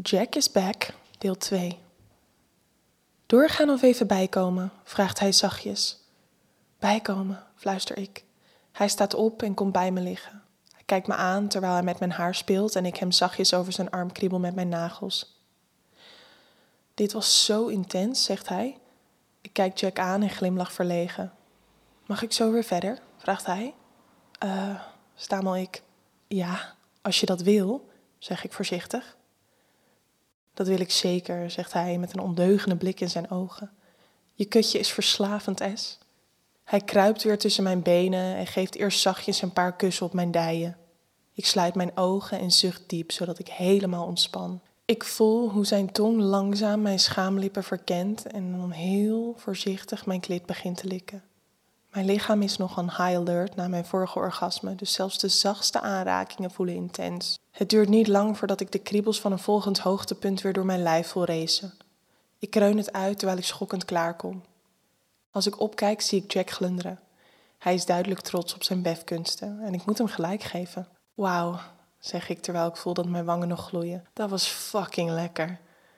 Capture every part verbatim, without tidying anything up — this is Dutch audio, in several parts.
Jack is back, deel twee. Doorgaan of even bijkomen, vraagt hij zachtjes. Bijkomen, fluister ik. Hij staat op en komt bij me liggen. Hij kijkt me aan terwijl hij met mijn haar speelt en ik hem zachtjes over zijn arm kriebel met mijn nagels. Dit was zo intens, zegt hij. Ik kijk Jack aan en glimlach verlegen. Mag ik zo weer verder, vraagt hij. Eh, uh, stamel ik. Ja, als je dat wil, zeg ik voorzichtig. Dat wil ik zeker, zegt hij met een ondeugende blik in zijn ogen. Je kutje is verslavend, S. Hij kruipt weer tussen mijn benen en geeft eerst zachtjes een paar kussen op mijn dijen. Ik sluit mijn ogen en zucht diep, zodat ik helemaal ontspan. Ik voel hoe zijn tong langzaam mijn schaamlippen verkent en dan heel voorzichtig mijn klit begint te likken. Mijn lichaam is nog on high alert na mijn vorige orgasme, dus zelfs de zachtste aanrakingen voelen intens. Het duurt niet lang voordat ik de kriebels van een volgend hoogtepunt weer door mijn lijf voel racen. Ik kreun het uit terwijl ik schokkend klaarkom. Als ik opkijk zie ik Jack glunderen. Hij is duidelijk trots op zijn befkunsten en ik moet hem gelijk geven. Wauw, zeg ik terwijl ik voel dat mijn wangen nog gloeien. Dat was fucking lekker.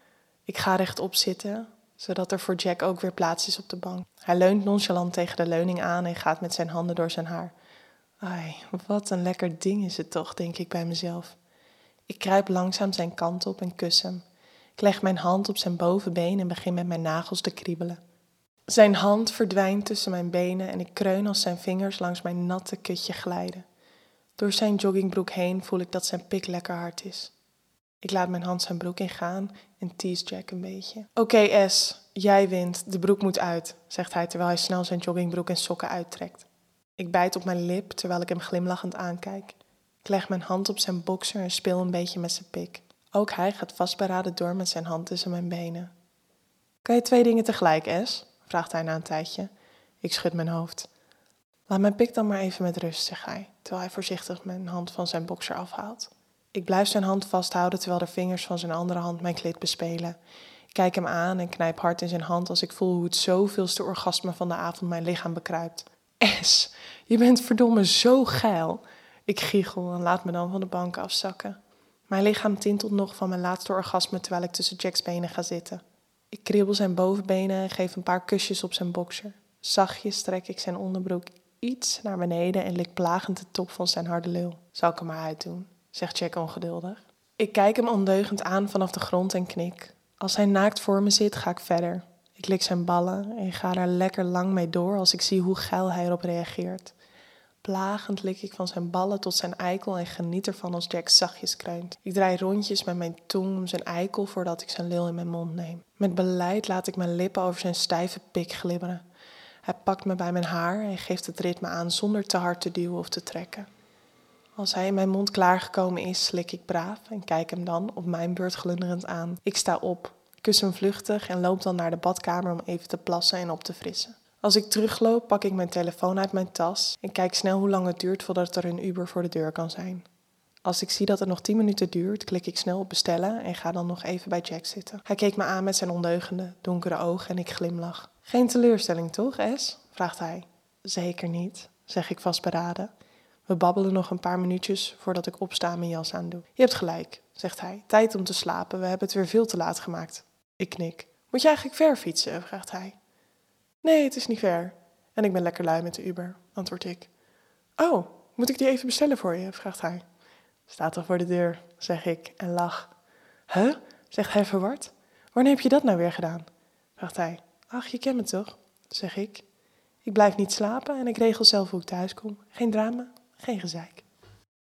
Ik ga rechtop zitten, zodat er voor Jack ook weer plaats is op de bank. Hij leunt nonchalant tegen de leuning aan en gaat met zijn handen door zijn haar. Ai, wat een lekker ding is het toch, denk ik bij mezelf. Ik kruip langzaam zijn kant op en kus hem. Ik leg mijn hand op zijn bovenbeen en begin met mijn nagels te kriebelen. Zijn hand verdwijnt tussen mijn benen en ik kreun als zijn vingers langs mijn natte kutje glijden. Door zijn joggingbroek heen voel ik dat zijn pik lekker hard is. Ik laat mijn hand zijn broek ingaan en tease Jack een beetje. Oké, okay, S, jij wint, de broek moet uit, zegt hij terwijl hij snel zijn joggingbroek en sokken uittrekt. Ik bijt op mijn lip terwijl ik hem glimlachend aankijk. Ik leg mijn hand op zijn bokser en speel een beetje met zijn pik. Ook hij gaat vastberaden door met zijn hand tussen mijn benen. Kan je twee dingen tegelijk, S? Vraagt hij na een tijdje. Ik schud mijn hoofd. Laat mijn pik dan maar even met rust, zegt hij, terwijl hij voorzichtig mijn hand van zijn bokser afhaalt. Ik blijf zijn hand vasthouden terwijl de vingers van zijn andere hand mijn klit bespelen. Ik kijk hem aan en knijp hard in zijn hand als ik voel hoe het zoveelste orgasme van de avond mijn lichaam bekruipt. S, je bent verdomme zo geil. Ik giechel en laat me dan van de bank afzakken. Mijn lichaam tintelt nog van mijn laatste orgasme terwijl ik tussen Jack's benen ga zitten. Ik kriebel zijn bovenbenen en geef een paar kusjes op zijn bokser. Zachtjes trek ik zijn onderbroek iets naar beneden en lik plagend de top van zijn harde lul. Zal ik hem maar uitdoen, zegt Jack ongeduldig. Ik kijk hem ondeugend aan vanaf de grond en knik. Als hij naakt voor me zit, ga ik verder. Ik lik zijn ballen en ga daar lekker lang mee door als ik zie hoe geil hij erop reageert. Plagend lik ik van zijn ballen tot zijn eikel en geniet ervan als Jack zachtjes kreunt. Ik draai rondjes met mijn tong om zijn eikel voordat ik zijn lul in mijn mond neem. Met beleid laat ik mijn lippen over zijn stijve pik glibberen. Hij pakt me bij mijn haar en geeft het ritme aan zonder te hard te duwen of te trekken. Als hij in mijn mond klaargekomen is, slik ik braaf en kijk hem dan op mijn beurt glunderend aan. Ik sta op, kus hem vluchtig en loop dan naar de badkamer om even te plassen en op te frissen. Als ik terugloop, pak ik mijn telefoon uit mijn tas en kijk snel hoe lang het duurt voordat er een Uber voor de deur kan zijn. Als ik zie dat het nog tien minuten duurt, klik ik snel op bestellen en ga dan nog even bij Jack zitten. Hij keek me aan met zijn ondeugende, donkere ogen en ik glimlach. Geen teleurstelling toch, S? Vraagt hij. Zeker niet, zeg ik vastberaden. We babbelen nog een paar minuutjes voordat ik opsta en mijn jas aandoe. Je hebt gelijk, zegt hij. Tijd om te slapen, we hebben het weer veel te laat gemaakt. Ik knik. Moet je eigenlijk ver fietsen, vraagt hij. Nee, het is niet ver. En ik ben lekker lui met de Uber, antwoord ik. Oh, moet ik die even bestellen voor je, vraagt hij. Staat al voor de deur, zeg ik en lach. Huh? Zegt hij verward. Wanneer heb je dat nou weer gedaan? Vraagt hij. Ach, je kent me toch, zeg ik. Ik blijf niet slapen en ik regel zelf hoe ik thuis kom. Geen drama, geen gezeik.